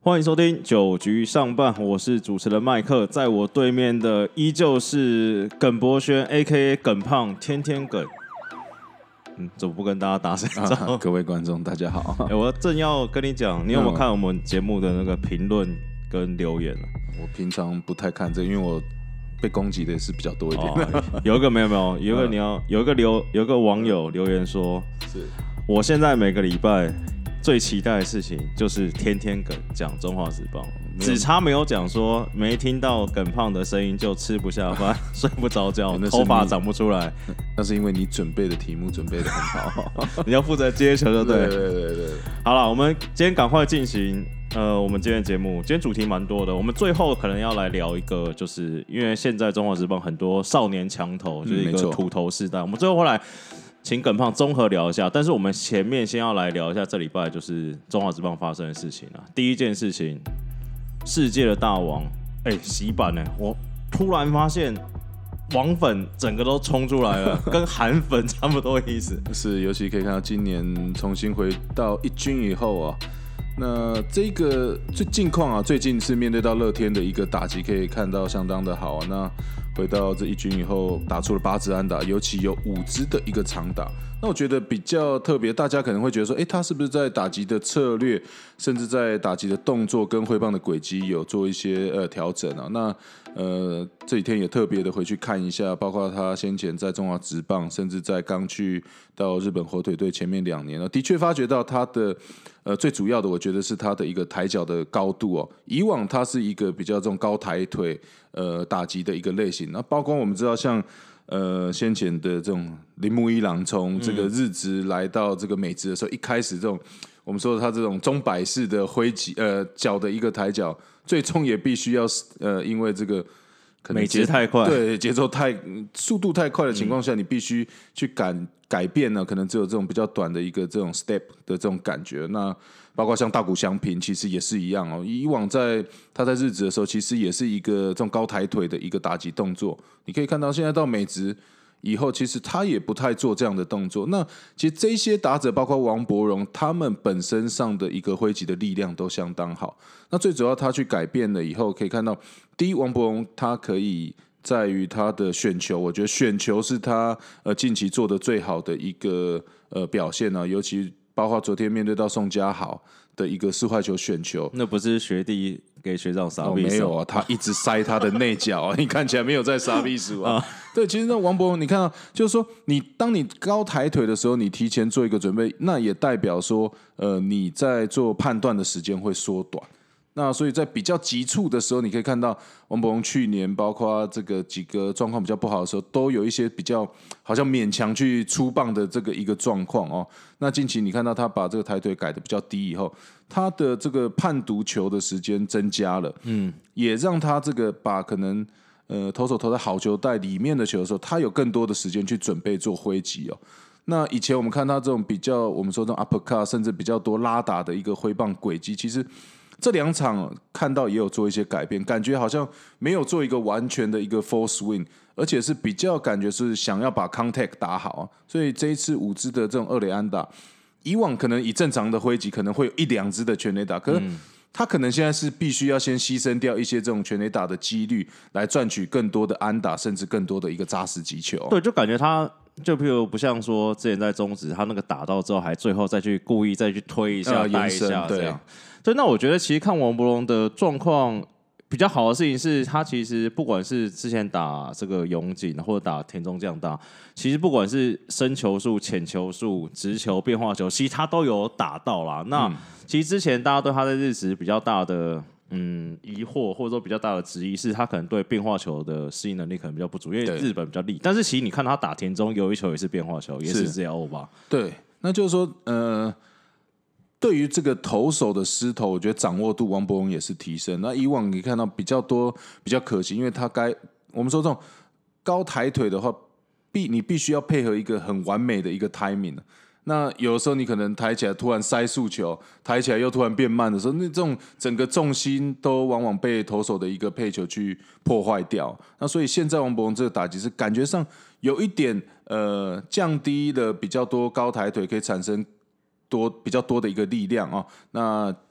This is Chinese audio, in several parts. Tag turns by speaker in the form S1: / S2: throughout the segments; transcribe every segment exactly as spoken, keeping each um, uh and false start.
S1: 欢迎收听九局上半，我是主持人麦克，在我对面的依旧是耿博轩 A K A 耿胖，天天耿。嗯，怎么不跟大家打声招呼、
S2: 啊？各位观众，大家好。
S1: 欸、我正要跟你讲，你有没有看我们节目的那个评论跟留言、啊
S2: 嗯、我平常不太看这个，因为我被攻击的也是比较多一点。
S1: 哦、有一个没有没有，有一个你要有一个留有一个网友留言说，
S2: 是
S1: 我现在每个礼拜最期待的事情就是天天耿讲中华职棒，只差没有讲说没听到耿胖的声音就吃不下饭、睡不着觉、头发长不出来。
S2: 那是因为你准备的题目准备的很好，
S1: 你要负责接球就对。
S2: 对对对对。
S1: 好了，我们今天赶快进行呃，我们今天的节目，今天主题蛮多的。我们最后可能要来聊一个，就是因为现在中华职棒很多少年强投，就是一个土头世代。嗯、我们最后会来请耿胖综合聊一下，但是我们前面先要来聊一下这礼拜就是中华职棒发生的事情啊。第一件事情，世界的大王，哎、欸，洗版呢、欸？我突然发现王粉整个都冲出来了，跟韩粉差不多意思。
S2: 是，尤其可以看到今年重新回到一军以后啊，那这个最近况啊，最近是面对到乐天的一个打击，可以看到相当的好啊。那回到这一军以后，打出了八支安打，尤其有五支的一个长打。那我觉得比较特别，大家可能会觉得说，哎，他是不是在打击的策略，甚至在打击的动作跟挥棒的轨迹有做一些呃调整啊？那呃这几天也特别的回去看一下，包括他先前在中华职棒，甚至在刚去到日本火腿队前面两年了，的确发觉到他的呃最主要的，我觉得是他的一个抬脚的高度哦。以往他是一个比较这种高抬腿呃打击的一个类型，那包括我们知道像。呃，先前的这种铃木一郎从这个日职来到这个美职的时候，嗯、一开始这种我们说他这种中摆式的挥击，呃，脚的一个抬脚，最终也必须要呃，因为这个
S1: 可能美节太快，
S2: 对节奏太速度太快的情况下，嗯、你必须去改改变呢，可能只有这种比较短的一个这种 step 的这种感觉。那包括像大谷翔平，其实也是一样哦。以往在他在日职的时候，其实也是一个这种高抬腿的一个打击动作。你可以看到，现在到美职以后，其实他也不太做这样的动作。那其实这些打者，包括王柏融，他们本身上的一个挥击的力量都相当好。那最主要，他去改变了以后，可以看到，第一，王柏融他可以在于他的选球，我觉得选球是他呃近期做的最好的一个呃表现啊，尤其。包括昨天面对到宋家豪的一个四坏球选球，
S1: 那不是学弟给学长撒币、
S2: 哦、没有啊，他一直塞他的内角啊，你看起来没有在撒币数啊。对，其实那王柏融，你看到就是说，你当你高抬腿的时候，你提前做一个准备，那也代表说，呃，你在做判断的时间会缩短。那所以在比较急促的时候，你可以看到王柏融去年包括这个几个状况比较不好的时候，都有一些比较好像勉强去出棒的这个一个状况哦。那近期你看到他把这个抬腿改得比较低以后，他的这个判读球的时间增加了，嗯，也让他这个把可能呃投手投在好球带里面的球的时候，他有更多的时间去准备做挥击哦。那以前我们看他这种比较我们说这种 uppercut 甚至比较多拉打的一个挥棒轨迹，其实。这两场看到也有做一些改变，感觉好像没有做一个完全的一个 full swing， 而且是比较感觉是想要把 contact 打好啊。所以这一次五支的这种二垒安打，以往可能以正常的挥击可能会有一两支的全垒打，可是他可能现在是必须要先牺牲掉一些这种全垒打的几率，来赚取更多的安打，甚至更多的一个扎实击球。
S1: 对，就感觉他。就譬如不像说之前在中职，他那个打到之后，还最后再去故意再去推一下、呃、带一下这样。对，那我觉得其实看王柏融的状况比较好的事情是，他其实不管是之前打这个永井或者打田中将大，其实不管是深球数、浅球数、直球、变化球，其实他都有打到啦。那、嗯、其实之前大家对他在日职比较大的。嗯，疑惑或者说比较大的质疑是，他可能对变化球的适应能力可能比较不足，因为日本比较厉。但是其实你看他打田中有一球也是变化球，也是这样欧吧？
S2: 对，那就是说，呃，对于这个投手的失投，我觉得掌握度王柏融也是提升。那以往你看到比较多比较可惜，因为他该我们说这种高抬腿的话，必你必须要配合一个很完美的一个 timing。那有的时候你可能抬起来突然塞速球，抬起来又突然变慢的时候，那这种整个重心都往往被投手的一个配球去破坏掉。那所以现在王柏融这个打击是感觉上有一点呃降低了比较多高抬腿，可以产生多比较多的一个力量哦。那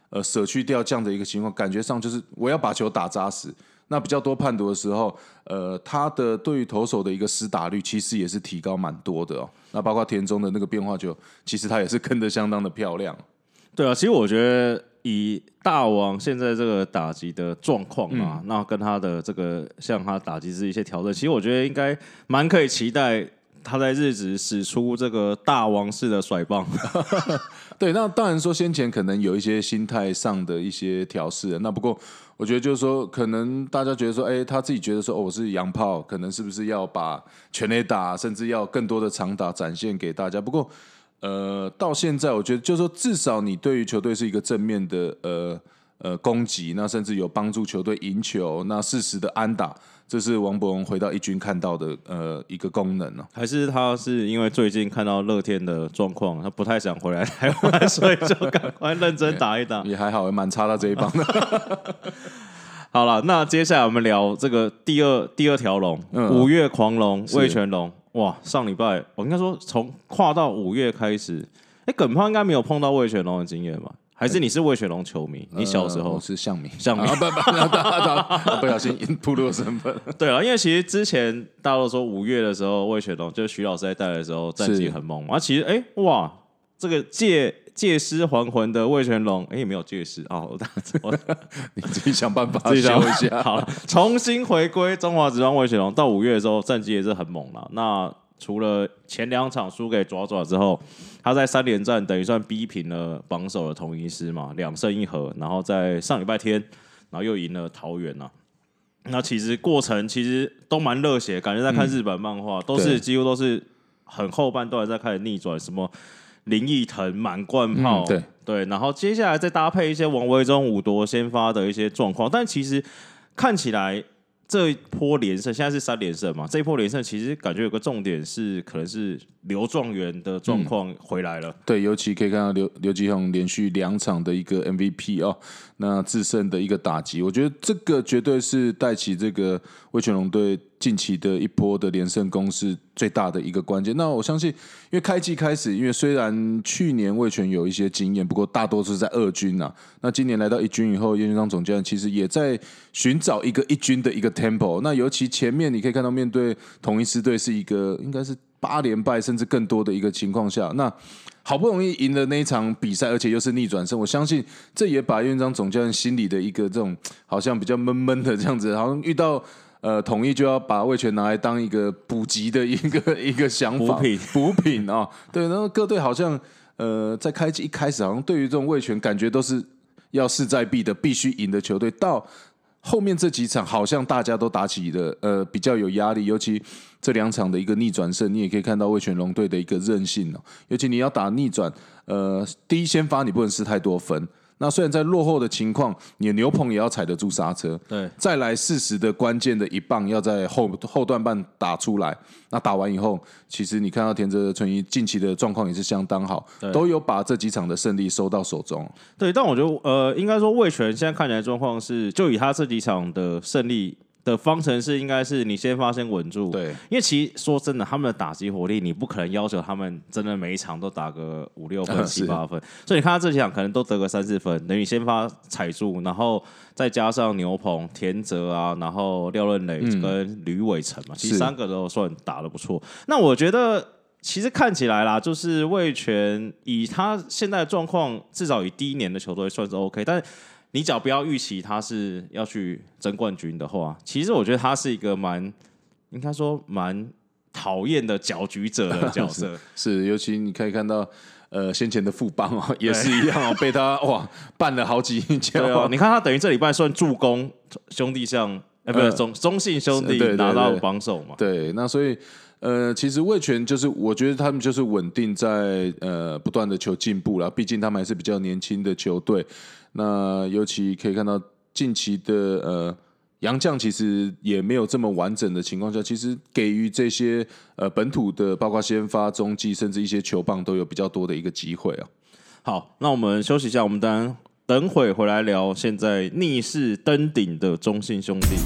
S2: 呃舍去掉这样的一个情况，感觉上就是我要把球打扎实。那比较多判读的时候，呃，他的对于投手的一个施打率其实也是提高蛮多的哦。那包括田中的那个变化球，其实他也是跟得相当的漂亮。
S1: 对啊，其实我觉得以大王现在这个打击的状况啊，嗯、那跟他的这个像他打击是一些调整，其实我觉得应该蛮可以期待他在日职使出这个大王式的甩棒。
S2: 对，那当然说先前可能有一些心态上的一些调试，那不过。我觉得就是说，可能大家觉得说，哎，他自己觉得说，哦，我是洋炮，可能是不是要把全垒打，甚至要更多的长打展现给大家？不过，呃，到现在，我觉得就是说，至少你对于球队是一个正面的，呃呃攻击，那甚至有帮助球队赢球，那适时的安打。这是王柏融回到一军看到的呃一个功能呢、啊，
S1: 还是他是因为最近看到乐天的状况，他不太想回来台湾，所以就赶快认真打一打。
S2: 也还好，蛮差到这一帮的。
S1: 好了，那接下来我们聊这个第二第二条龙，五月狂龙味全龙。哇，上礼拜我应该说从跨到五月开始，哎，耿胖应该没有碰到味全龙的经验吧？还是你是味全龙球迷？你小时候、呃、
S2: 我是象迷，
S1: 象迷，
S2: 啊、不不不，不小心暴露身份。
S1: 对啊，因为其实之前大家都说五月的时候，味全龙就是徐老师在带的时候战绩很猛嘛。啊，其实哎哇，这个借借尸还魂的味全龙，哎也没有借尸啊，我
S2: 你自己想办法修一下。
S1: 好了，重新回归中华职棒味全龙，到五月的时候战绩也是很猛了。那除了前两场输给爪爪之后，他在三连战等于算逼平了榜首的统一狮嘛，两胜一和，然后在上礼拜天，然后又赢了桃园啊。那其实过程其实都蛮热血，感觉在看日本漫画，嗯、都是几乎都是很后半段在开始逆转，什么林义腾满贯炮，嗯、对对，然后接下来再搭配一些王维忠五夺先发的一些状况，但其实看起来。这一波连胜，现在是三连胜嘛？这一波连胜其实感觉有个重点是，可能是刘状元的状况回来了、嗯。对，
S2: 尤其可以看到刘刘基宏连续两场的一个 M V P 哦，那制胜的一个打击，我觉得这个绝对是带起这个味全龙队近期的一波的连胜攻势最大的一个关键。那我相信，因为开季开始，因为虽然去年味全有一些经验，不过大多是在二军啊。那今年来到一军以后，叶军章总教练其实也在寻找一个一军的一个 tempo。那尤其前面你可以看到，面对统一狮队是一个应该是八连败甚至更多的一个情况下，那好不容易赢了那一场比赛，而且又是逆转胜，我相信这也把叶军章总教练心里的一个这种好像比较闷闷的这样子，好像遇到。呃，统一就要把味全拿来当一个补给的一个一个想法，
S1: 补品
S2: 补品啊，对，然后各队好像呃在开季一开始好像对于这种味全感觉都是要势在必得，必须赢的球队，到后面这几场好像大家都打起了呃比较有压力，尤其这两场的一个逆转胜，你也可以看到味全龙队的一个韧性哦，尤其你要打逆转，呃，第一先发你不能失太多分。那虽然在落后的情况，你的牛棚也要踩得住刹车，
S1: 对，
S2: 再来适时的关键的一棒要在后后段半打出来。那打完以后，其实你看到田泽纯一近期的状况也是相当好，都有把这几场的胜利收到手中。
S1: 对，但我觉得呃，应该说味全现在看起来状况是，就以他这几场的胜利。的方程式应该是你先发先稳住，
S2: 对，
S1: 因为其实说真的，他们的打击火力你不可能要求他们真的每一场都打个五六分、七八分，所以你看他这几场可能都得个三四分，等于先发踩住，然后再加上牛棚、田泽啊，然后廖任磊跟吕伟成嘛，嗯、其实三个都算打得不错。那我觉得其实看起来啦，就是味全以他现在的状况，至少以第一年的球队算是 OK， 但是。你只要不要预期他是要去争冠军的话，其实我觉得他是一个蛮，应该说蛮讨厌的搅局者的角色。
S2: 是, 是，尤其你可以看到，呃，先前的富邦哦，也是一样哦，被他哇办了好几架。
S1: 对哦，你看他等于这礼拜算助攻兄弟像，呃，不是中中信兄弟拿到榜首嘛？
S2: 对, 对, 对，那所以。呃，其实味全就是，我觉得他们就是稳定在呃不断的求进步啦。毕竟他们还是比较年轻的球队。那尤其可以看到近期的呃洋将，其实也没有这么完整的情况下，其实给予这些呃本土的，包括先发、中继，甚至一些球棒都有比较多的一个机会啊。
S1: 好，那我们休息一下，我们等等会回来聊现在逆势登顶的中信兄弟。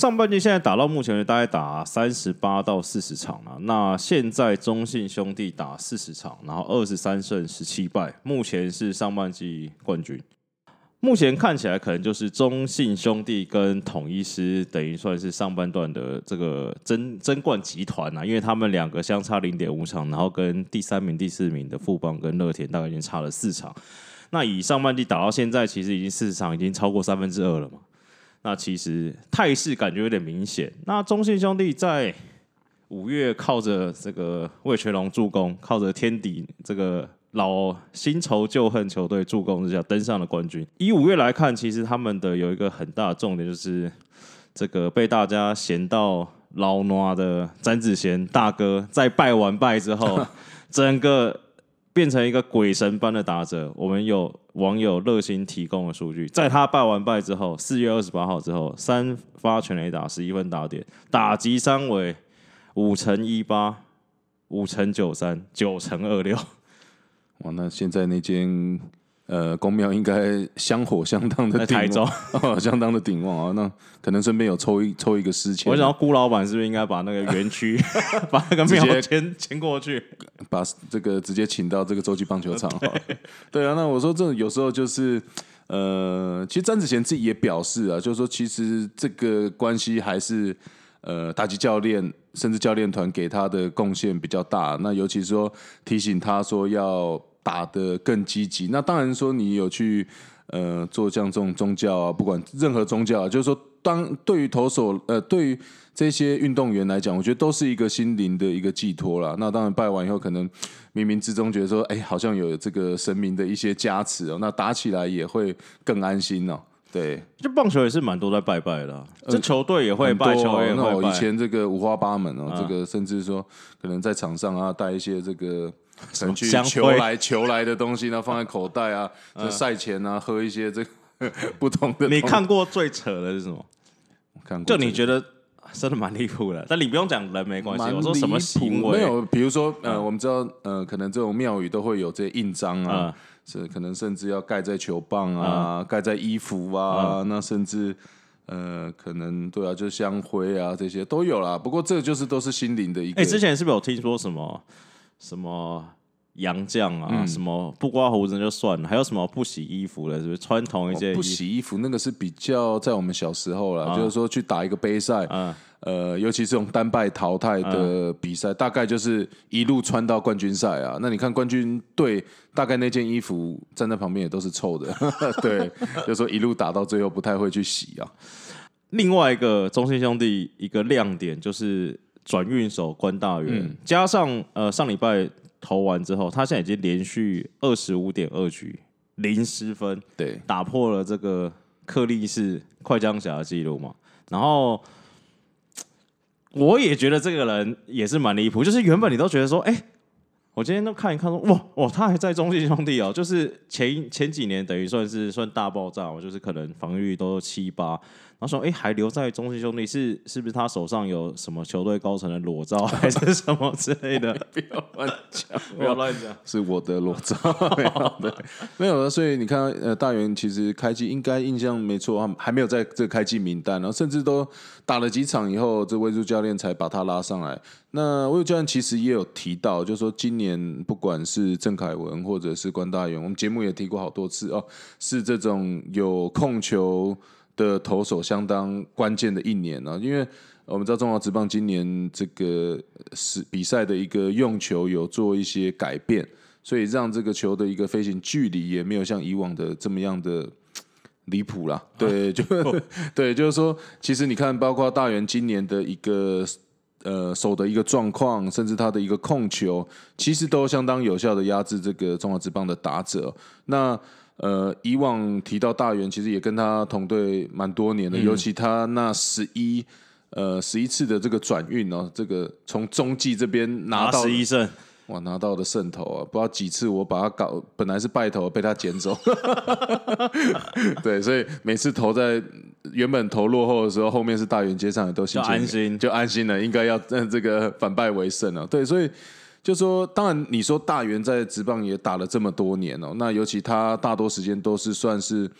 S1: 上半季现在打到目前大概打三十八到四十场了。那现在中信兄弟打四十场，然后二十三胜十七败，目前是上半季冠军。目前看起来可能就是中信兄弟跟统一狮等于算是上半段的这个争争冠集团啊，因为他们两个相差零点五场，然后跟第三名、第四名的富邦跟乐天大概已经差了四场。那以上半季打到现在，其实已经四十场，已经超过三分之二了嘛。那其实态势感觉有点明显。那中信兄弟在五月靠着这个魏全龙助攻，靠着天敌这个老新仇旧恨球队助攻之下登上了冠军。以五月来看，其实他们的有一个很大的重点就是这个被大家嫌到老挪的詹子贤大哥，在拜完拜之后，整个变成一个鬼神般的打者。我们有网友热心提供的数据，在他拜完拜之后，四月二十八号之后，三发全垒打，十一分打点，打击三围五乘一八，五乘九三，九乘二六。
S2: 哇，那现在那间呃公庙应该香火相当的
S1: 顶旺，
S2: 哦，相当的顶旺啊。那可能顺便有抽一抽一个诗签。
S1: 我想要辜老板是不是应该把那个园区把那个庙迁迁过去，
S2: 把这个直接请到这个洲际棒球场？对, 对啊，那我说这有时候就是呃，其实詹子贤自己也表示啊，就是说其实这个关系还是呃打击教练甚至教练团给他的贡献比较大。那尤其说提醒他说要打得更积极。那当然说你有去呃做像这种宗教啊，不管任何宗教啊，就是说当对于投手呃对于这些运动员来讲，我觉得都是一个心灵的一个寄托啦。那当然拜完以后，可能冥冥之中觉得说，哎，好像有这个神明的一些加持哦，那打起来也会更安心哦。对，
S1: 就棒球也是蛮多在拜拜的、啊，这、呃、球队也会拜，球员也会拜。
S2: 那我以前这个五花八门哦，啊、这个甚至说可能在场上啊带一些这个可能去求来求来的东西呢，放在口袋啊，就赛前啊喝一些这个不同的。
S1: 你看过最扯的是什么？
S2: 看过，
S1: 就你觉得真的蛮离谱的，但你不用讲人没关系，我说什么行为？
S2: 没有，比如说呃，嗯、我们知道呃，可能这种庙宇都会有这些印章啊。嗯，是可能甚至要盖在球棒啊，嗯、盖在衣服啊，嗯、那甚至呃，可能对啊，就香灰啊这些都有啦。不过这就是都是心灵的一个。
S1: 哎、欸，之前是不是有听说什么什么洋将啊，嗯、什么不刮胡子就算了，还有什么不洗衣服的，是不是穿同一件衣服？
S2: 不洗衣服那个是比较在我们小时候啦，嗯、就是说去打一个杯赛。嗯呃，尤其是这种单败淘汰的比赛，嗯、大概就是一路穿到冠军赛啊。那你看冠军队，大概那件衣服站在旁边也都是臭的，对，就是说一路打到最后不太会去洗啊。
S1: 另外一个中信兄弟一个亮点就是转运手关大元，嗯、加上呃上礼拜投完之后，他现在已经连续二十五点二局零失分，
S2: 对，
S1: 打破了这个克利士快将侠的记录嘛，然后。我也觉得这个人也是蛮离谱，就是原本你都觉得说，哎、欸，我今天都看一看说，哇哇，他还在中信兄弟哦，就是前前几年等于算是算大爆炸，就是可能防御率都七八，然后说，哎、欸，还留在中信兄弟，是是不是他手上有什么球队高层的裸照，还是什么之类的？
S2: 不要乱讲，
S1: 不要乱讲，
S2: 是我的裸照，对，没有了。所以你看，呃，大元其实开季应该印象没错，还没有在这个开季名单，然后甚至都打了几场以后，这魏助教练才把他拉上来。那魏助教练其实也有提到，就是说今年不管是郑凯文或者是关大元，我们节目也提过好多次哦，是这种有控球的投手相当关键的一年啊，因为我们知道中华职棒今年这个是比赛的一个用球有做一些改变，所以让这个球的一个飞行距离也没有像以往的这么样的离谱啦。对，就对，就是说，其实你看，包括大元今年的一个呃手的一个状况，甚至他的一个控球，其实都相当有效的压制这个中华职棒的打者。那呃，以往提到大元，其实也跟他同队蛮多年的，嗯、尤其他那十一呃十一次的这个转运哦，这个从中继这边拿到
S1: 十一胜，
S2: 哇，拿到的胜投啊，不知道几次我把他搞，本来是败投被他捡走，对，所以每次投在原本投落后的时候，后面是大元接上来都心情
S1: 就安心，
S2: 就安心了，应该要这个反败为胜了，对，所以。就说，当然你说大元在职棒也打了这么多年哦，那尤其他大多时间都是算是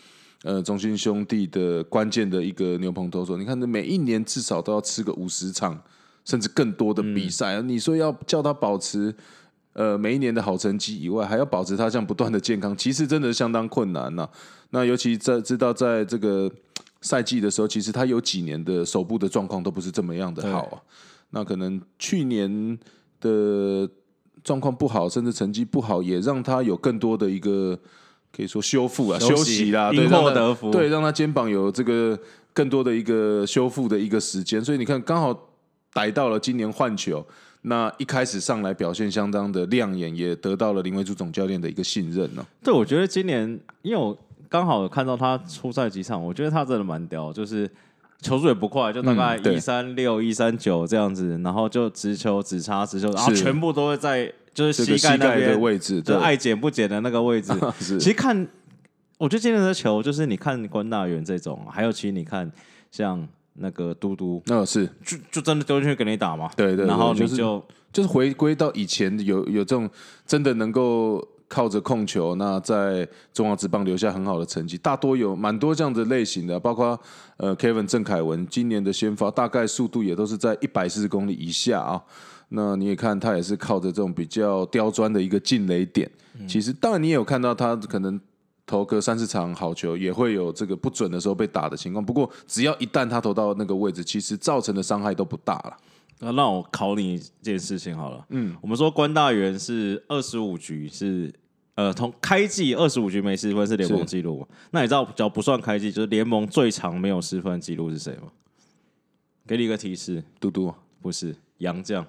S2: 呃中信兄弟的关键的一个牛棚投手。你看，每一年至少都要吃个五十场，甚至更多的比赛。嗯、你说要叫他保持呃每一年的好成绩以外，还要保持他这样不断的健康，其实真的相当困难呐、啊。那尤其在知道在这个赛季的时候，其实他有几年的手部的状况都不是这么样的好啊。那可能去年的状况不好，甚至成绩不好，也让他有更多的一个可以说修复啊、休息啦，
S1: 因祸得福，
S2: 对，让他肩膀有这个更多的一个修复的一个时间。所以你看，刚好逮到了今年换球，那一开始上来表现相当的亮眼，也得到了林威助总教练的一个信任呢、啊。
S1: 对，我觉得今年因为我刚好有看到他出赛几场，我觉得他真的蛮屌，就是球速也不快，就大概一三六、一三九这样子，然后就直球、直插、直球，然后全部都会在就是膝盖那边、
S2: 的位置，
S1: 就爱剪不剪的那个位置。其实看，我觉得今年的球，就是你看关大元这种，还有其实你看像那个嘟嘟，
S2: 哦，是
S1: 就就真的丢进去给你打嘛，
S2: 对 对, 对，
S1: 然后你就、
S2: 就是、就是回归到以前有有这种真的能够靠着控球，那在中华职棒留下很好的成绩，大多有蛮多这样的类型的，包括呃 Kevin 郑凯文今年的先发，大概速度也都是在一百四十公里以下啊。那你也看他也是靠着这种比较刁钻的一个进垒点、嗯，其实当然你也有看到他可能投个三四场好球，也会有这个不准的时候被打的情况。不过只要一旦他投到那个位置，其实造成的伤害都不大了。
S1: 那让我考你一件事情好了，嗯，我们说关大元是二十五局是。呃，从开季二十五局没失分是联盟纪录，那你知道，只要不算开季，就是联盟最长没有失分纪录是谁吗？给你一个提示，
S2: 嘟嘟
S1: 不是洋将，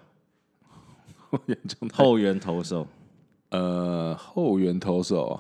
S1: 后援投手。
S2: 呃，后援投手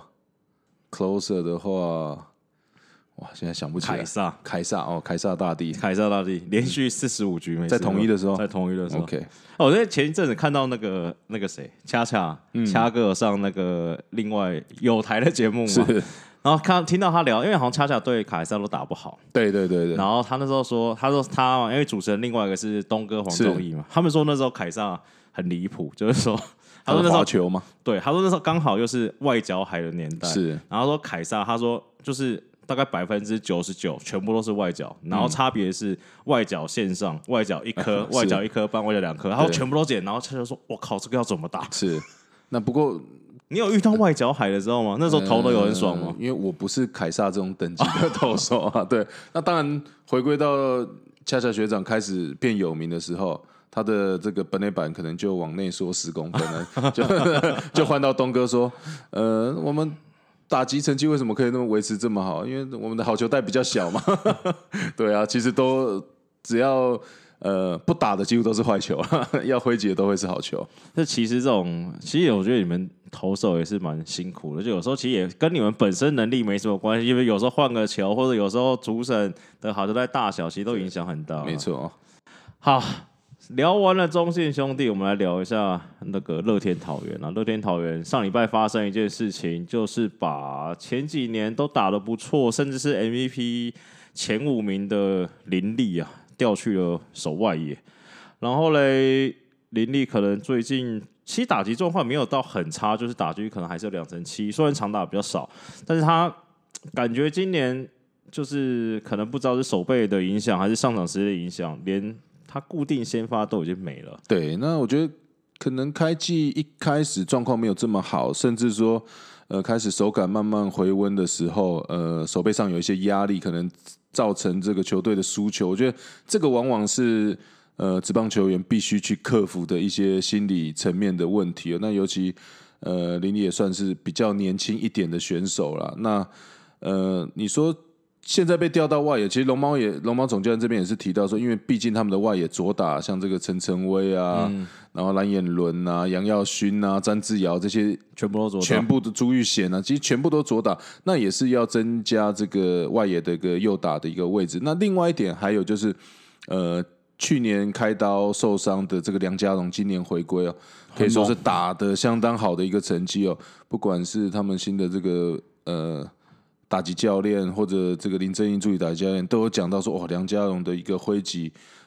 S2: ，closer 的话，哇，现在想不起来。
S1: 凯撒，
S2: 凯撒哦，凯撒大帝，
S1: 凯撒大帝连续四十五局没失分，
S2: 在统一的时候，
S1: 在统一的时候
S2: ，OK。
S1: 哦，我在前一阵子看到那个那个谁，恰恰恰哥有上那个另外有台的节目嘛，然后看听到他聊，因为好像恰恰对凯撒都打不好，
S2: 对对对对。
S1: 然后他那时候说，他说他因为主持人另外一个是东哥黄宗义嘛，他们说那时候凯撒很离谱，就是说他说那时候
S2: 球吗？
S1: 对，他说那时候刚好又是外角海的年代，
S2: 是，
S1: 然后说凯撒，他说就是大概百分之九十九全部都是外角，然后差别是外角线上，外角一颗，外角一颗半，外角两颗，然后全部都剪，然后他就说：“我靠，这个要怎么打？”
S2: 是，那不过
S1: 你有遇到外角海的时候吗？那时候投的有很爽吗？
S2: 呃、因为我不是凯撒这种等级的投手啊。对，那当然回归到恰恰学长开始变有名的时候。他的这个本垒板可能就往内缩十公分了，就就换到东哥说，呃，我们打击成绩为什么可以那么维持这么好？因为我们的好球带比较小嘛。对啊，其实都只要呃不打的几乎都是坏球，要挥击的都会是好球。
S1: 这其实这种，其实我觉得你们投手也是蛮辛苦的，就有时候其实也跟你们本身能力没什么关系，因为有时候换个球，或者有时候主审的好球带大小，其实都影响很大。
S2: 没错，
S1: 好。聊完了中信兄弟，我们来聊一下那个乐天桃园啊。乐天桃园上礼拜发生一件事情，就是把前几年都打得不错，甚至是 M V P 前五名的林立啊，调去了守外野。然后嘞，林立可能最近其实打击状况没有到很差，就是打击可能还是有两成七，虽然长打比较少，但是他感觉今年就是可能不知道是手背的影响还是上场时间的影响，连他固定先发都已经没了。
S2: 对，那我觉得可能开季一开始状况没有这么好，甚至说呃开始手感慢慢回温的时候，呃手背上有一些压力，可能造成这个球队的输球。我觉得这个往往是呃职棒球员必须去克服的一些心理层面的问题。那尤其呃林立也算是比较年轻一点的选手啦。那呃你说。现在被调到外野，其实龙猫也龙猫总教练这边也是提到说，因为毕竟他们的外野左打，像这个陈晨威啊，嗯、然后蓝眼伦啊、杨耀勋啊、詹志尧这些，
S1: 全部都左打，
S2: 全部的朱玉贤啊，其实全部都左打，那也是要增加这个外野的一个右打的一个位置。那另外一点还有就是，呃，去年开刀受伤的这个梁家荣，今年回归哦，可以说是打得相当好的一个成绩哦，不管是他们新的这个呃。打击教练或者这个林正英助理打击教练都有讲到说，哦，梁家荣的一个挥击，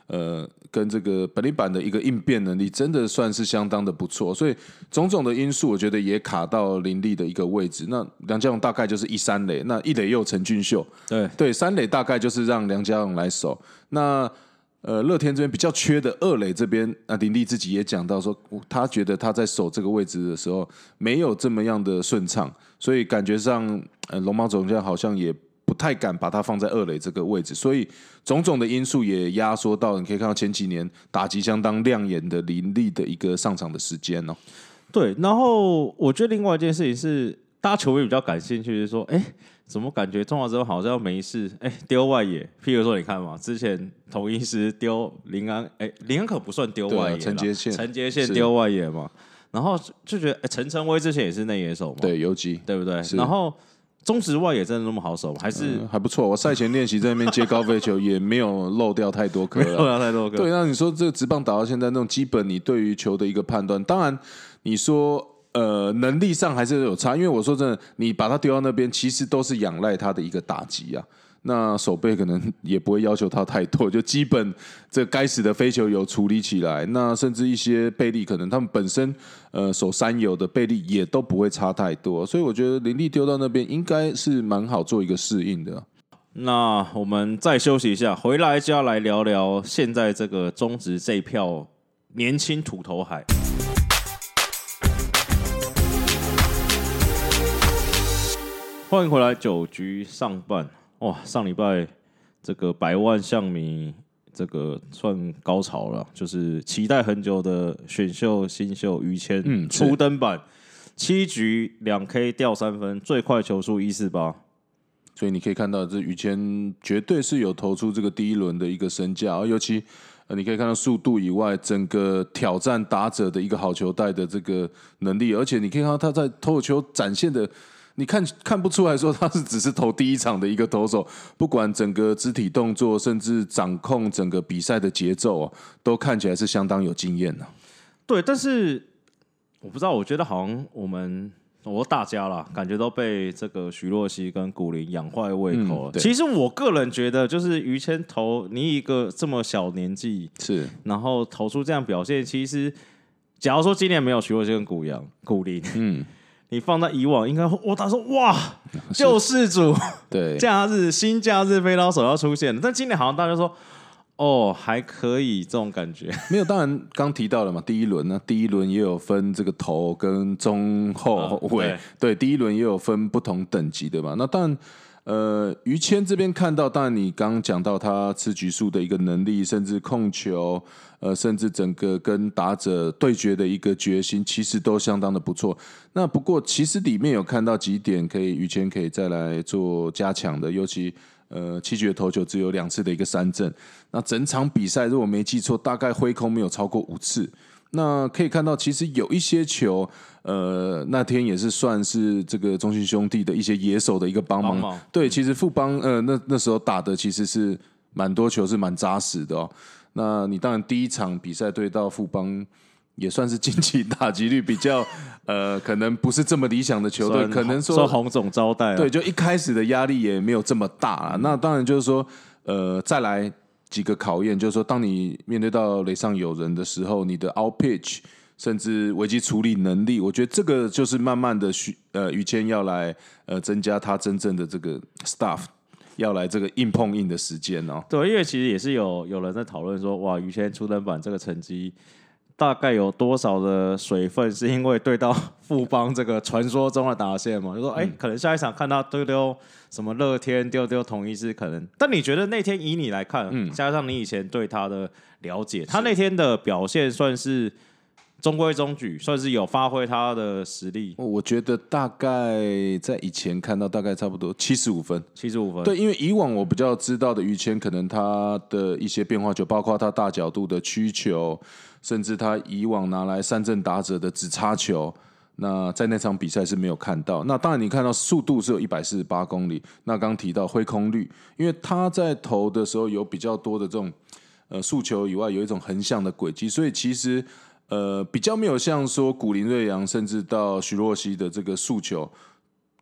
S2: 呃，跟这个本垒板的一个应变能力，真的算是相当的不错。所以种种的因素，我觉得也卡到林立的一个位置。那梁家荣大概就是一三垒，那一垒又有陈俊秀，
S1: 对
S2: 对，三垒大概就是让梁家荣来守。那呃，乐天这边比较缺的二垒这边，那林立自己也讲到说，他觉得他在守这个位置的时候没有这么样的顺畅，所以感觉上，呃，龙猫总监好像也不太敢把它放在二垒这个位置，所以种种的因素也压缩到，你可以看到前几年打击相当亮眼的林立的一个上场的时间哦。
S1: 对，然后我觉得另外一件事情是，大家球迷比较感兴趣，就是说，哎，怎么感觉中华之后好像没事？哎，丢外野，譬如说你看嘛，之前统一师丢林安，哎，林安可不算丢外野，
S2: 陈杰宪，
S1: 陈杰宪丢外野嘛，然后就觉得，哎，陈晨威之前也是内野手嘛，
S2: 对，游击，
S1: 对不对？然后。中职外野真的那么好守吗？还是、
S2: 嗯、还不错。我赛前练习在那边接高飞球，也没有漏掉太多颗，
S1: 漏掉太多颗。
S2: 对，那你说这个职棒打到现在那种基本，你对于球的一个判断，当然你说呃能力上还是有差，因为我说真的，你把它丢到那边，其实都是仰赖他的一个打击啊。那守备可能也不会要求他太多，就基本这该死的飞球有处理起来。那甚至一些背力，可能他们本身呃守三游的背力也都不会差太多，所以我觉得林立丢到那边应该是蛮好做一个适应的。
S1: 那我们再休息一下，回来就要来聊聊现在这个中职这一票年轻土头海。欢迎回来，九局上半。哇，上礼拜这个百万象迷这个算高潮了，就是期待很久的选秀新秀于谦、嗯、初登板，七局两 K 掉三分，最快球速一四八。
S2: 所以你可以看到，这于谦绝对是有投出这个第一轮的一个身价，尤其呃你可以看到速度以外，整个挑战打者的一个好球带的这个能力，而且你可以看到他在投球展现的。你看看不出来说他是只是投第一场的一个投手，不管整个肢体动作，甚至掌控整个比赛的节奏、哦、都看起来是相当有经验的、啊。
S1: 对，但是我不知道，我觉得好像我们我说大家啦，感觉都被这个徐若曦跟古林养坏胃口了、嗯。其实我个人觉得，就是于谦投你一个这么小年纪
S2: 是，
S1: 然后投出这样表现，其实假如说今年没有徐若曦跟古阳古林，嗯。你放在以往，应该我打说哇，救世主，
S2: 对，
S1: 假日新假日飞刀手要出现了。但今年好像大家说，哦，还可以这种感觉。
S2: 没有，当然刚提到了嘛，第一轮呢，第一轮也有分这个头跟中后卫、啊，对，第一轮也有分不同等级的嘛。那当然。呃，于谦这边看到，当然你刚刚讲到他吃局数的一个能力，甚至控球，呃，甚至整个跟打者对决的一个决心，其实都相当的不错。那不过其实里面有看到几点可以于谦可以再来做加强的，尤其呃七局的投球只有两次的一个三振，那整场比赛如果没记错，大概挥空没有超过五次。那可以看到，其实有一些球，呃，那天也是算是这个中信兄弟的一些野手的一个帮忙。帮忙对，其实富邦呃那那时候打的其实是蛮多球是蛮扎实的哦。那你当然第一场比赛对到富邦，也算是近期打击率比较呃可能不是这么理想的球队，可能说
S1: 洪总招待、啊，
S2: 对，就一开始的压力也没有这么大啊。嗯、那当然就是说，呃，再来。几个考验，就是说，当你面对到垒上有人的时候，你的 out pitch 甚至危机处理能力，我觉得这个就是慢慢的需呃于谦要来呃增加他真正的这个 staff， 要来这个硬碰硬的时间哦。
S1: 对，因为其实也是有有人在讨论说，哇，于谦初登板这个成绩大概有多少的水分是因为对到富邦这个传说中的打线嘛？就说哎、欸，可能下一场看到丢丢。什么乐天丢丢统一是可能，但你觉得那天以你来看，嗯、加上你以前对他的了解，他那天的表现算是中规中矩，算是有发挥他的实力。
S2: 我觉得大概在以前看到大概差不多七十五分，
S1: 七十五分。
S2: 对，因为以往我比较知道的于谦，可能他的一些变化球，包括他大角度的曲球，甚至他以往拿来三振打者的直插球。那在那场比赛是没有看到。那当然，你看到速度是有一百四十八公里。那刚提到挥空率，因为他在投的时候有比较多的这种呃速球以外，有一种横向的轨迹，所以其实呃比较没有像说古林睿煬甚至到徐若曦的这个速球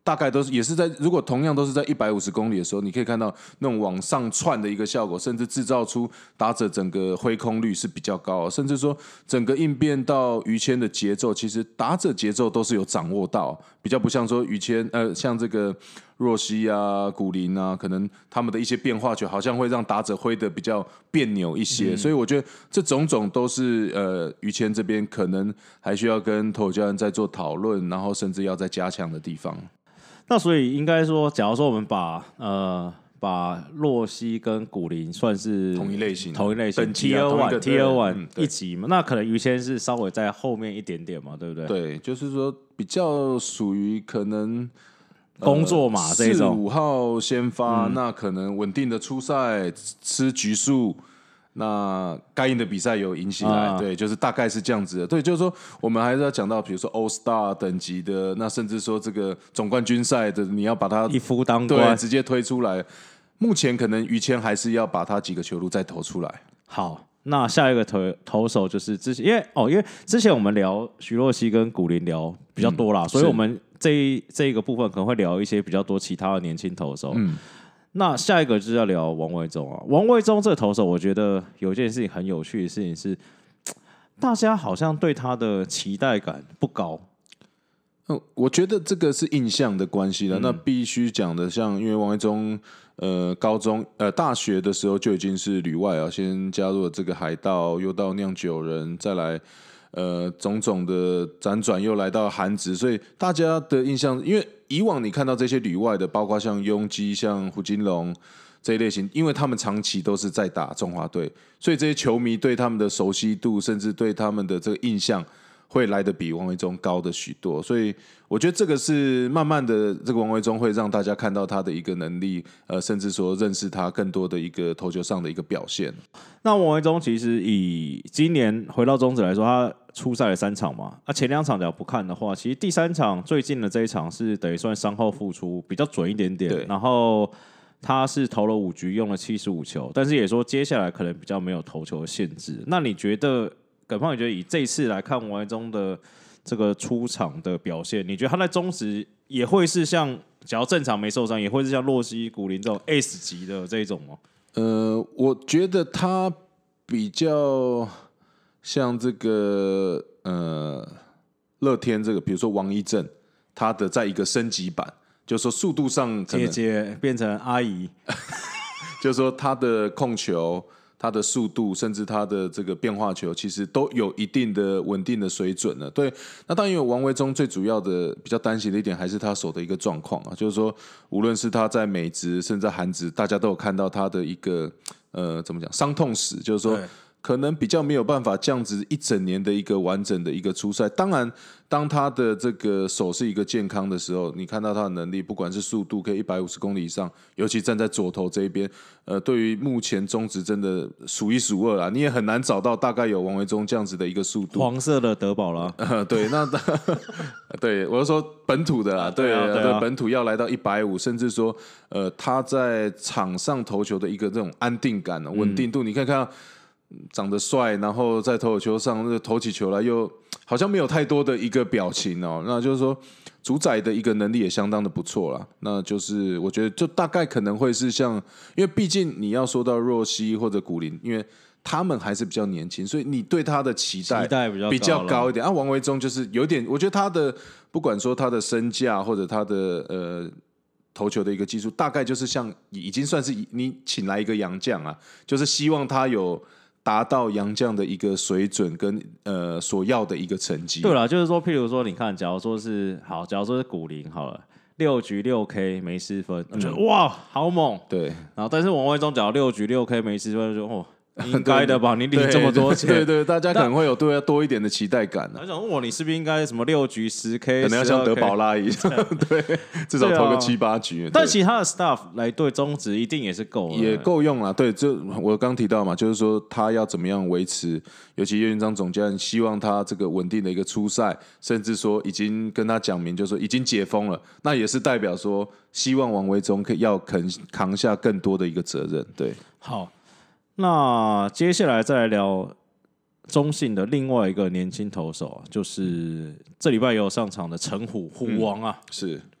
S2: 大概都是也是在，如果同样都是在一百五十公里的时候，你可以看到那种往上窜的一个效果，甚至制造出打者整个挥空率是比较高的，甚至说整个应变到于谦的节奏，其实打者节奏都是有掌握到，比较不像说于谦呃像这个若熙啊、古林啊，可能他们的一些变化球好像会让打者挥的比较别扭一些，嗯、所以我觉得这种种都是呃于谦这边可能还需要跟投手教练再做讨论，然后甚至要再加强的地方。
S1: 那所以应该说，假如说我们把呃把洛西跟古林算是
S2: 同一类型，
S1: 同一类型
S2: ，Tier
S1: One、Tier One 一级嘛，那可能于谦是稍微在后面一点点嘛，对不对？
S2: 对，就是说比较属于可能
S1: 工作嘛，这种
S2: 四五号先发，嗯、那可能稳定的出赛吃局数。那该赢的比赛有赢起来，啊、对，就是大概是这样子的。对，就是说我们还是要讲到，比如说 All Star 等级的，那甚至说这个总冠军赛的，你要把它
S1: 一夫当关，
S2: 对，直接推出来。目前可能于谦还是要把他几个球路再投出来。
S1: 好，那下一个投投手就是之前，因为哦，因为之前我们聊徐若熙跟古林聊比较多啦，嗯、所以我们这一这一个部分可能会聊一些比较多其他的年轻投手。嗯。那下一个就是要聊王维忠啊，王维忠这个投手，我觉得有一件事情很有趣的事情是，大家好像对他的期待感不高。
S2: 嗯，我觉得这个是印象的关系了。嗯、那必须讲的，像因为王维忠，呃，高中呃大学的时候就已经是旅外啊，先加入了这个海盗，又到酿酒人，再来呃种种的辗转，又来到韩职，所以大家的印象，因为以往你看到这些旅外的，包括像雍基、像胡金龙这一类型，因为他们长期都是在打中华队，所以这些球迷对他们的熟悉度，甚至对他们的这个印象，会来得比王维忠高的许多。所以我觉得这个是慢慢的，这个王维忠会让大家看到他的一个能力，呃，甚至说认识他更多的一个投球上的一个表现。
S1: 那王维忠其实以今年回到中职来说，他出赛了三场嘛，那、啊、前两场只要不看的话，其实第三场最近的这一场是等于算伤后复出，比较准一点点。然后他是投了五局，用了七十五球，但是也说接下来可能比较没有投球的限制。那你觉得，耿胖，你觉得以这一次来看王维忠的这个出场的表现，你觉得他在中职也会是像，只要正常没受伤，也会是像洛西、古林这种 S 级的这一种吗？
S2: 呃，我觉得他比较像这个呃乐天这个，比如说王一正，他的在一个升级版，就是说速度上可能
S1: 姐姐变成阿姨，
S2: 就是说他的控球、他的速度，甚至他的这个变化球，其实都有一定的稳定的水准了。对，那当然有王维忠最主要的比较担心的一点，还是他手的一个状况啊，就是说无论是他在美职，甚至在韩职，大家都有看到他的一个呃怎么讲伤痛史，就是说。可能比较没有办法这样子一整年的一个完整的一个出赛。当然，当他的这个手是一个健康的时候，你看到他的能力，不管是速度可以一百五十公里以上，尤其站在左投这一边，呃，对于目前中职真的数一数二啦。你也很难找到大概有王维忠这样子的一个速度。
S1: 黄色的德保拉，
S2: 呃，对，那对我是说本土的啦，对啊，对啊，本土要来到一百五，甚至说，呃，他在场上投球的一个这种安定感、稳定度，嗯、你可以看到。长得帅，然后在投球上那个投起球来又好像没有太多的一个表情哦，那就是说主宰的一个能力也相当的不错啦。那就是我觉得就大概可能会是像，因为毕竟你要说到若熙或者古林，因为他们还是比较年轻，所以你对他的期待
S1: 期待比较高
S2: 比较高一点。啊，王维忠就是有点，我觉得他的不管说他的身价或者他的呃。投球的一个技术，大概就是像已经算是你请来一个洋将啊，就是希望他有达到洋将的一个水准跟呃所要的一个成绩。
S1: 对啦，就是说，譬如说，你看，假如说是好，假如说是古林好了，六局六 K 没失分，我觉得、嗯、哇好猛。
S2: 对，
S1: 然后但是王维忠假如六局六 K 没失分，就哦。应该的吧？你领这么多钱，
S2: 对 对, 对，大家可能会有对他多一点的期待感呢、
S1: 啊。我想问我，你是不是应该什么六局十 K，
S2: 可能要像德保拉一样，对，至少投个七八局。
S1: 但其他的 staff 来对中职一定也是够，
S2: 也够用啦。对，就我刚提到嘛，就是说他要怎么样维持，尤其叶云章总监希望他这个稳定的一个出赛，甚至说已经跟他讲明，就是说已经解封了，那也是代表说希望王维忠可以要肯扛下更多的一个责任。对，
S1: 好。那接下来再来聊中信的另外一个年轻投手、啊，就是这礼拜也有上场的陈虎虎王啊、
S2: 嗯，是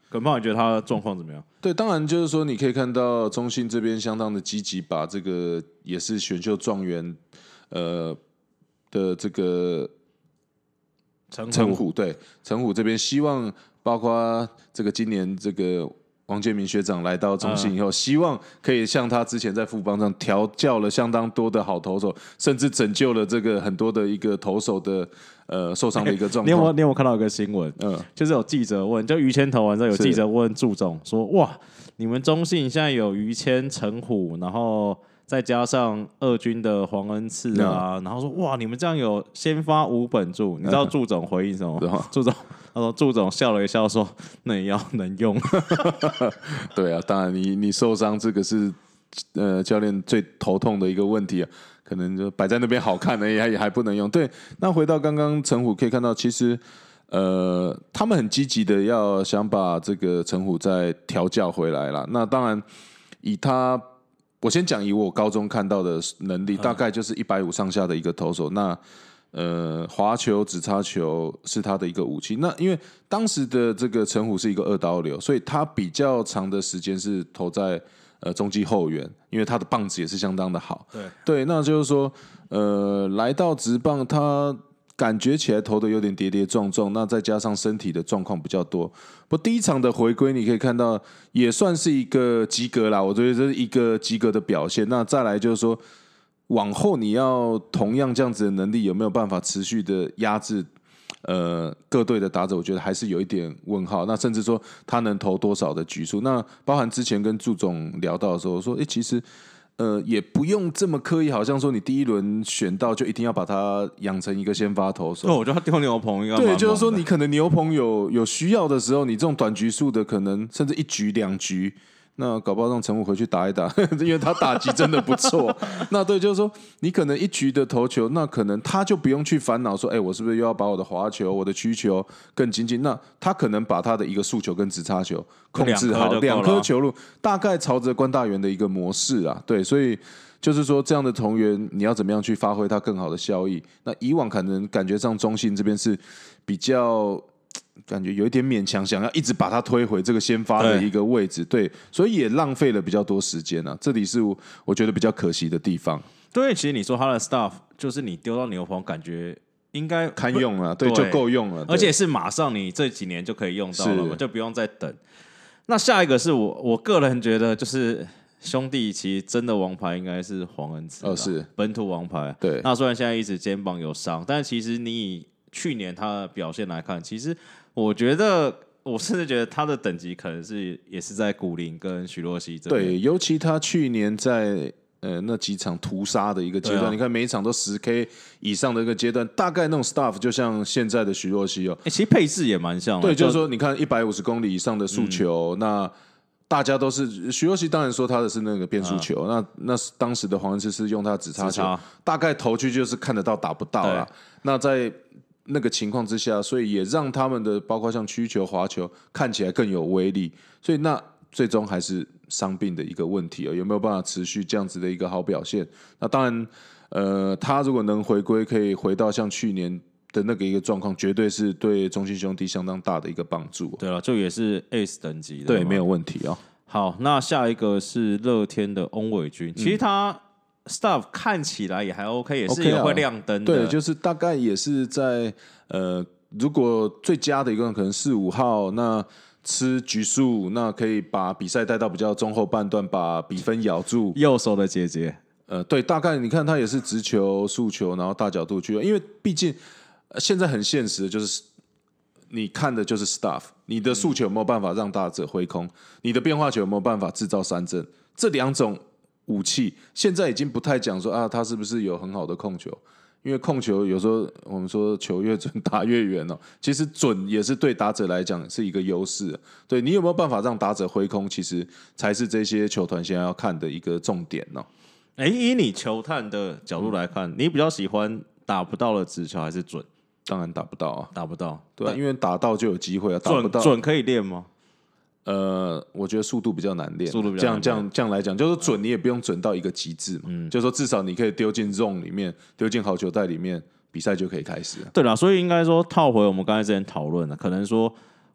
S1: 耿胖，你觉得他的状况怎么样？
S2: 对，当然就是说，你可以看到中信这边相当的积极，把这个也是选秀状元，呃的这个陈虎，对陈虎这边希望，包括这个今年这个王建民学长来到中信以后，嗯、希望可以像他之前在富邦上调教了相当多的好投手，甚至拯救了这个很多的一个投手的。呃，受伤的一个状况。
S1: 你有没有你有没有看到一个新闻？嗯，就是有记者问，就于谦投完之后，有记者问祝总说：“哇，你们中信现在有于谦、陈虎，然后再加上二军的黄恩赐啊，嗯、然后说哇，你们这样有先发五本柱。”你知道祝总回应什么？嗯、祝总他说：“祝总笑了一笑说，那也要能用。”
S2: 对啊，当然你你受伤这个是呃教练最头痛的一个问题啊。可能就摆在那边好看的，也还也还不能用。对，那回到刚刚陈虎可以看到，其实呃，他们很积极的要想把这个陈虎再调教回来了。那当然，以他，我先讲以我高中看到的能力，大概就是一百五上下的一个投手。那呃，滑球、直插球是他的一个武器。那因为当时的这个陈虎是一个二刀流，所以他比较长的时间是投在。呃，中继后援，因为他的棒子也是相当的好。
S1: 对
S2: 对，那就是说，呃，来到职棒，他感觉起来投的有点跌跌撞撞，那再加上身体的状况比较多。不，第一场的回归，你可以看到也算是一个及格啦，我觉得这是一个及格的表现。那再来就是说，往后你要同样这样子的能力，有没有办法持续的压制？呃，各队的打者，我觉得还是有一点问号。那甚至说他能投多少的局数？那包含之前跟祝总聊到的时候，说，哎，其实呃也不用这么刻意，好像说你第一轮选到就一定要把他养成一个先发投手。
S1: 哦，我觉得他丢牛棚应该
S2: 对，就是说你可能牛棚有有需要的时候，你这种短局数的，可能甚至一局两局。那搞不好让陈虎回去打一打，因为他打击真的不错。那对，就是说你可能一局的投球，那可能他就不用去烦恼说，哎、欸，我是不是又要把我的滑球、我的曲球更精进？那他可能把他的一个速球跟直插球控制好，两颗球路，大概朝着关大元的一个模式啊。对，所以就是说这样的同源，你要怎么样去发挥它更好的效益？那以往可能感觉上中信这边是比较。感觉有一点勉强，想要一直把它推回这个先发的一个位置， 对, 对，所以也浪费了比较多时间啊。这里是我觉得比较可惜的地方。
S1: 对，其实你说他的 stuff 就是你丢到牛棚，感觉应该
S2: 堪用了，对，对就够用了，
S1: 而且是马上你这几年就可以用到了嘛，就不用再等。那下一个是我我个人觉得就是兄弟，其实真的王牌应该是黄恩赐，
S2: 哦，是
S1: 本土王牌。
S2: 对，
S1: 那虽然现在一直肩膀有伤，但其实你以去年他的表现来看，其实。我觉得，我甚至觉得他的等级可能是也是在古林跟许若曦这边。
S2: 对，尤其他去年在呃那几场屠杀的一个阶段，啊、你看每一场都十 K 以上的一个阶段，大概那种 staff 就像现在的许若曦哦、
S1: 欸，其实配置也蛮像的。
S2: 对，就是说你看一百五十公里以上的速球，嗯、那大家都是许若曦，当然说他的是那个变速球，啊、那那当时的黄恩赐是用他的直插球，大概投去就是看得到打不到啦。那在那个情况之下，所以也让他们的包括像曲球、滑球看起来更有威力。所以那最终还是伤病的一个问题、哦、有没有办法持续这样子的一个好表现？那当然，呃，他如果能回归，可以回到像去年的那个一个状况，绝对是对中信兄弟相当大的一个帮助、哦。
S1: 对了，就也是 Ace 等级的，
S2: 对，没有问题哦。
S1: 好，那下一个是乐天的翁伟君，其实他。嗯Stuff 看起来也还 OK， 也是有会亮灯的、
S2: okay 啊。对，就是大概也是在呃，如果最佳的一个可能四五号，那吃局数，那可以把比赛带到比较中后半段，把比分咬住。
S1: 右手的姐姐，
S2: 呃，对，大概你看他也是直球、速球，然后大角度去，因为毕竟、呃、现在很现实的就是。你看的就是 stuff， 你的速球有没有办法让打者挥空？嗯、你的变化球有没有办法制造三振？这两种。武器现在已经不太讲说啊，他是不是有很好的控球？因为控球有时候我们说球越准打越远哦，其实准也是对打者来讲是一个优势。对你有没有办法让打者挥空，其实才是这些球团现在要看的一个重点哦。
S1: 哎，以你球探的角度来看，你比较喜欢打不到的直球还是准？
S2: 当然打不到啊，
S1: 打不到，
S2: 对啊，因为打到就有机会啊，打不到
S1: 准可以练吗？
S2: 呃，我觉得速度比较难练，
S1: 速度比较难练。
S2: 这样这样这样来讲，就是准你也不用准到一个极致嘛，嗯，就是说至少你可以丢进 zone 里面，丢进好球带里面，比赛就可以开始了。
S1: 对啦，所以应该说套回我们刚才之前讨论的，可能说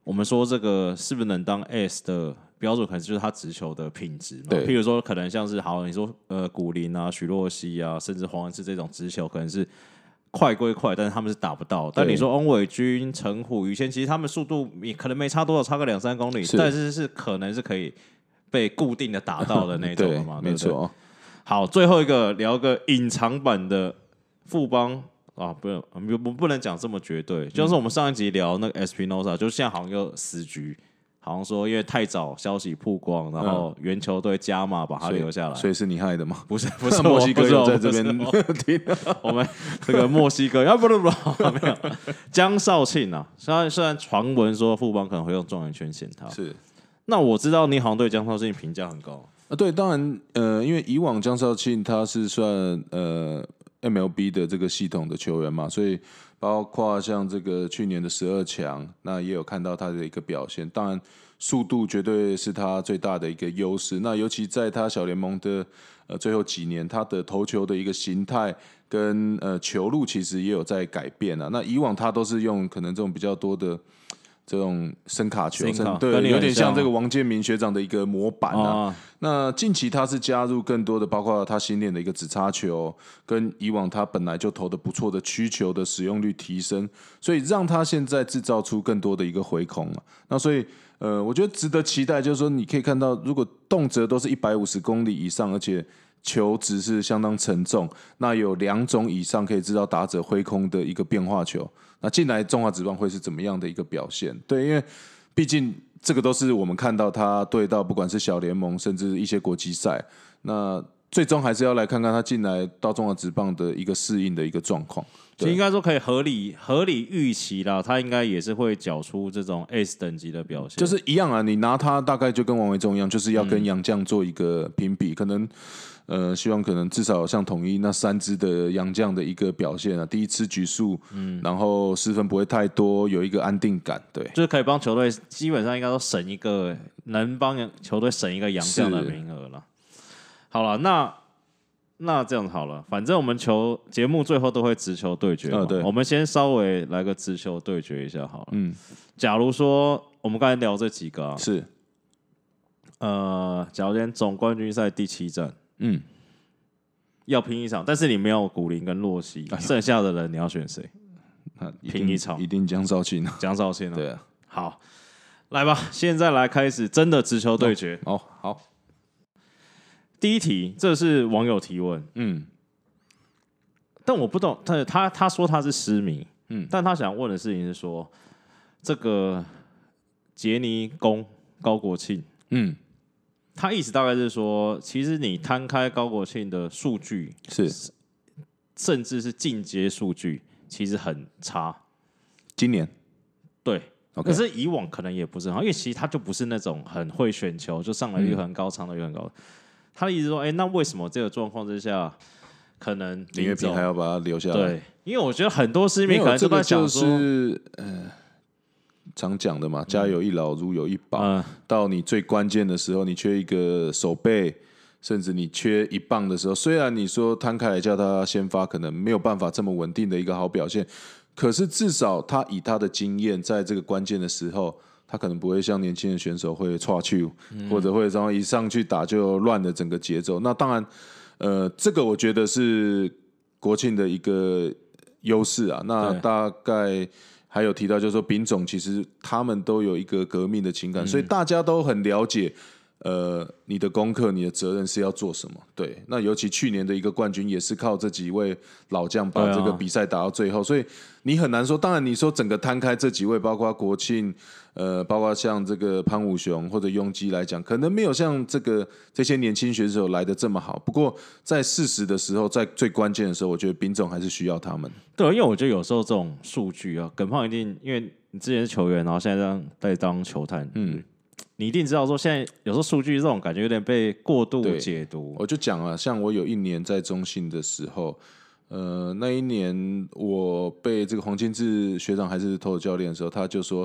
S1: 我们说这个是不是能当 S 的标准，可能就是他直球的品质嘛。譬如说，可能像是好，你说呃古林啊、许洛西啊，甚至黄恩赐这种直球，可能是快归快，但是他们是打不到。但你说翁伟君、陈虎、于谦，其实他们速度也可能没差多少，差个两三公里，是但是是可能是可以被固定的打到的那种的嘛，对没错。好，最后一个聊个隐藏版的富邦啊，不能，我们不能讲这么绝对。就是我们上一集聊那个 Espinosa， 就现在好像又死局，好像说因为太早消息曝光，然后原球队加码把他留下来，
S2: 所以是你害的吗？
S1: 不是，不是
S2: 墨西哥有在这边听
S1: 我们这个墨西哥，啊不不不，没有江少庆啊，虽然虽然传闻说富邦可能会用状元圈选他，
S2: 是。
S1: 那我知道你好像对江少庆评价很高
S2: 啊，对，当然，呃，因为以往江少庆他是算呃 M L B 的这个系统的球员嘛，所以包括像这个去年的十二强，那也有看到他的一个表现。当然，速度绝对是他最大的一个优势。那尤其在他小联盟的呃最后几年，他的投球的一个形态跟呃球路其实也有在改变啊。那以往他都是用可能这种比较多的。这种声卡球，对，有点像这个王建民学长的一个模板啊。哦、那近期他是加入更多的，包括他新练的一个直插球，跟以往他本来就投的不错的曲球的使用率提升，所以让他现在制造出更多的一个回空啊。那所以，呃，我觉得值得期待，就是说你可以看到，如果动辄都是一百五十公里以上，而且球质是相当沉重，那有两种以上可以知道打者挥空的一个变化球。那进来中华职棒会是怎么样的一个表现？对，因为毕竟这个都是我们看到他对到不管是小联盟甚至一些国际赛，那最终还是要来看看他进来到中华职棒的一个适应的一个状况。
S1: 其实应该说可以合理合理预期啦，他应该也是会缴出这种 S 等级的表现，
S2: 就是一样啊。你拿他大概就跟王维忠一样，就是要跟洋将做一个评比，嗯、可能。呃，希望可能至少像统一那三支的洋将的一个表现啊，第一次局数，嗯，然后失分不会太多，有一个安定感，对，
S1: 就是可以帮球队基本上应该都省一个，能帮球队省一个洋将的名额了。好了，那那这样好了，反正我们球节目最后都会直球对决嘛，哦、对，我们先稍微来个直球对决一下好了。嗯，假如说我们刚才聊这几个、啊、
S2: 是，
S1: 呃，假如今天总冠军赛第七战。嗯，要拼一场，但是你没有古林跟洛西，哎、剩下的人你要选谁？拼一场，
S2: 一定江少庆啊，
S1: 江少庆啊。
S2: 对啊，
S1: 好，来吧，现在来开始真的直球对决。
S2: 哦，好，
S1: 第一题，这是网友提问，嗯，但我不懂，他他他说他是狮迷，嗯，但他想问的事情是说，这个杰尼公高国庆，嗯。他意思大概是说，其实你摊开高国庆的数据，
S2: 是
S1: 甚至是进阶数据，其实很差。
S2: 今年
S1: 对，
S2: okay.
S1: 可是以往可能也不是很好，因为其实他就不是那种很会选球，就上来率很高，长打率很高。他的意思说，哎、欸，那为什么这个状况之下，可能
S2: 林岳平还要把他留下来？
S1: 对，因为我觉得很多市民可能都在想说，
S2: 就是呃。常讲的嘛，家有一老如有一宝、嗯。到你最关键的时候，你缺一个守备，甚至你缺一棒的时候，虽然你说摊开来叫他先发，可能没有办法这么稳定的一个好表现，可是至少他以他的经验，在这个关键的时候，他可能不会像年轻的选手会岔球、嗯，或者会然后一上去打就乱了整个节奏。那当然，呃，这个我觉得是国庆的一个优势啊。那大概。还有提到，就是说丙总其实他们都有一个革命的情感，嗯、所以大家都很了解，呃，你的功课、你的责任是要做什么。对，那尤其去年的一个冠军也是靠这几位老将把这个比赛打到最后，啊、所以你很难说。当然，你说整个摊开这几位，包括国庆，呃，包括像这个潘武雄或者雍基来讲，可能没有像这个这些年轻选手来的这么好。不过在适时的时候，在最关键的时候，我觉得丙总还是需要他们。
S1: 对，因为我觉得有时候这种数据啊，耿胖一定，因为你之前是球员，然后现在当在当球探，嗯，你一定知道说，现在有时候数据这种感觉有点被过度解读。
S2: 我就讲了，像我有一年在中信的时候。呃，那一年我被这个黄金志学长还是投手教练的时候，他就说，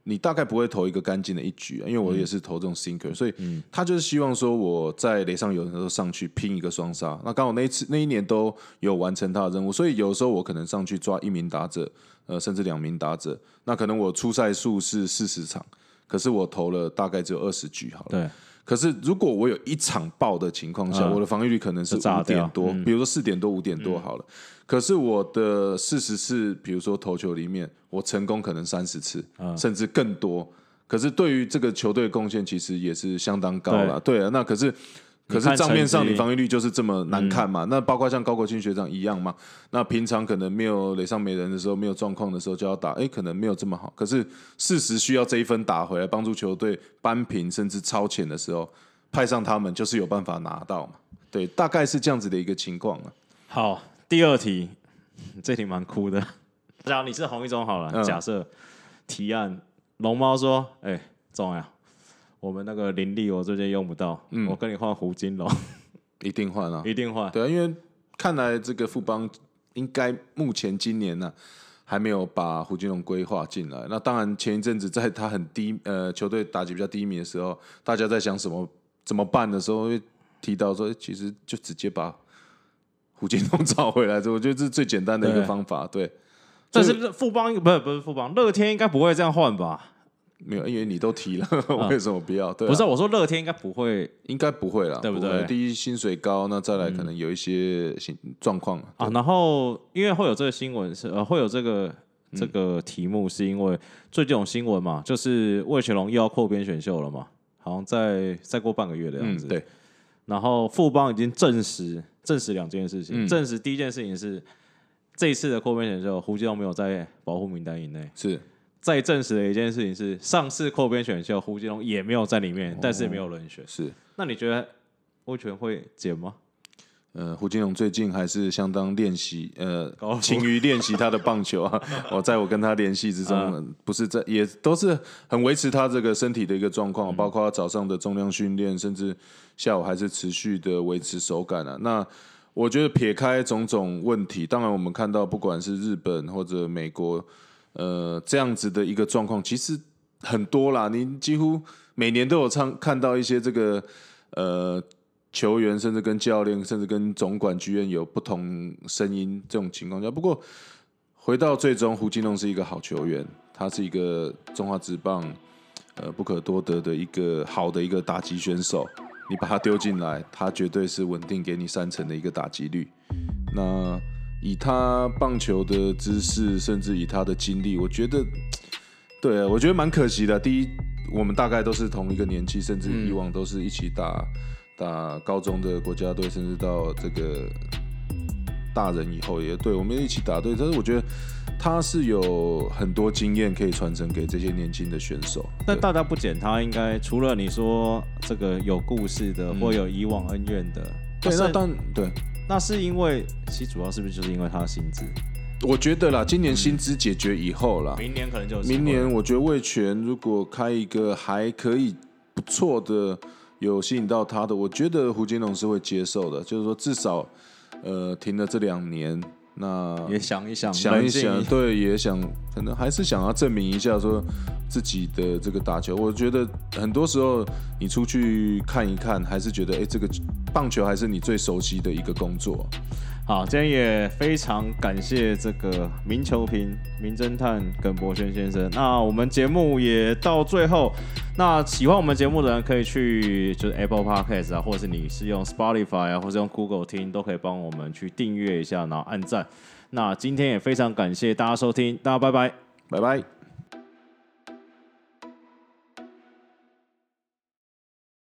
S2: 你大概不会投一个干净的一局、啊，因为我也是投这种 sinker，、嗯、所以他就是希望说我在垒上有人的时候上去拼一个双杀。那刚好那一次那一年都有完成他的任务，所以有时候我可能上去抓一名打者，呃，甚至两名打者。那可能我出赛数是四十场，可是我投了大概只有二十局好了。
S1: 对。
S2: 可是如果我有一场爆的情况下、嗯，我的防御率可能是五点多、嗯，比如说四点多、五点多好了。嗯、可是我的四十次，比如说投球里面，我成功可能三十次、嗯，甚至更多。可是对于这个球队贡献，其实也是相当高了。对啊，那可是。可是账面上你防御率就是这么难看嘛、嗯？那包括像高国庆学长一样嘛？那平常可能没有垒上没人的时候，没有状况的时候就要打，哎，可能没有这么好。可是事实需要这一分打回来，帮助球队扳平甚至超前的时候，派上他们就是有办法拿到嘛？对，大概是这样子的一个情况啊。
S1: 好，第二题，这题蛮酷的。假如你是洪一中好了，嗯、假设提案龙猫说，哎，中呀。我们那个林立我最近用不到、嗯，我跟你换胡金龙，
S2: 一定换啊，
S1: 一定换。
S2: 对啊，因为看来这个富邦应该目前今年呢、啊、还没有把胡金龙规划进来。那当然前一阵子在他很低呃球队打击比较低迷的时候，大家在想什么怎么办的时候，会提到说其实就直接把胡金龙找回来，我觉得这是最简单的一个方法。对，对
S1: 但是富邦不是不是富邦，乐天应该不会这样换吧？
S2: 没有，因为你都提了，为什么不要？对、啊，
S1: 不是我说乐天应该不会，
S2: 应该不会啦，
S1: 对不对？
S2: 第一薪水高，那再来可能有一些状况、
S1: 嗯、啊。然后因为会有这个新闻是呃会有这个这个题目，是因为最近有新闻嘛，就是魏全龙又要扩编选秀了嘛，好像在再过半个月的样子。
S2: 嗯、对。
S1: 然后富邦已经证实证实两件事情、嗯，证实第一件事情是这一次的扩编选秀，胡金龙没有在保护名单以内。
S2: 是。
S1: 再证实的一件事情是，上次扩编选秀胡金龙也没有在里面，哦、但是没有人选。
S2: 是，
S1: 那你觉得魏全会减吗？
S2: 呃，胡金龙最近还是相当练习，呃，勤于练习他的棒球啊。我在我跟他联系之中、嗯，不是在，也都是很维持他这个身体的一个状况、嗯，包括他早上的重量训练，甚至下午还是持续的维持手感啊。那我觉得撇开种种问题，当然我们看到不管是日本或者美国。呃，这样子的一个状况其实很多啦，你几乎每年都有唱看到一些这个呃球员，甚至跟教练，甚至跟总管剧院有不同声音这种情况下。不过回到最终，胡金龙是一个好球员，他是一个中华职棒呃不可多得的一个好的一个打击选手。你把他丢进来，他绝对是稳定给你三成的一个打击率。那以他棒球的知识，甚至以他的经历，我觉得，对啊，我觉得蛮可惜的。第一，我们大概都是同一个年纪，甚至以往都是一起打、嗯、打高中的国家队，甚至到这个大人以后也对我们一起打队。但是我觉得他是有很多经验可以传承给这些年轻的选手。
S1: 但大家不捡他，应该除了你说这个有故事的，嗯、或有以往恩怨的，
S2: 对，那当对。
S1: 那是因为，其实主要是不是就是因为他的薪资？
S2: 我觉得啦，今年薪资解决以后啦、
S1: 嗯，明年可能就有
S2: 明年我觉得魏全如果开一个还可以不错的，有吸引到他的，我觉得胡金龙是会接受的。就是说，至少呃停了这两年，那
S1: 也想一想，
S2: 想一想，对，也想可能还是想要证明一下说自己的这个打球。我觉得很多时候你出去看一看，还是觉得哎、欸，这个棒球还是你最熟悉的一个工作。
S1: 好，今天也非常感谢这个名球评、名侦探耿博轩先生。那我们节目也到最后，那喜欢我们节目的人可以去就是 Apple Podcast 啊，或者是你是用 Spotify 啊，或者用 Google 听，都可以帮我们去订阅一下，然后按赞。那今天也非常感谢大家收听，大家拜拜，
S2: 拜拜。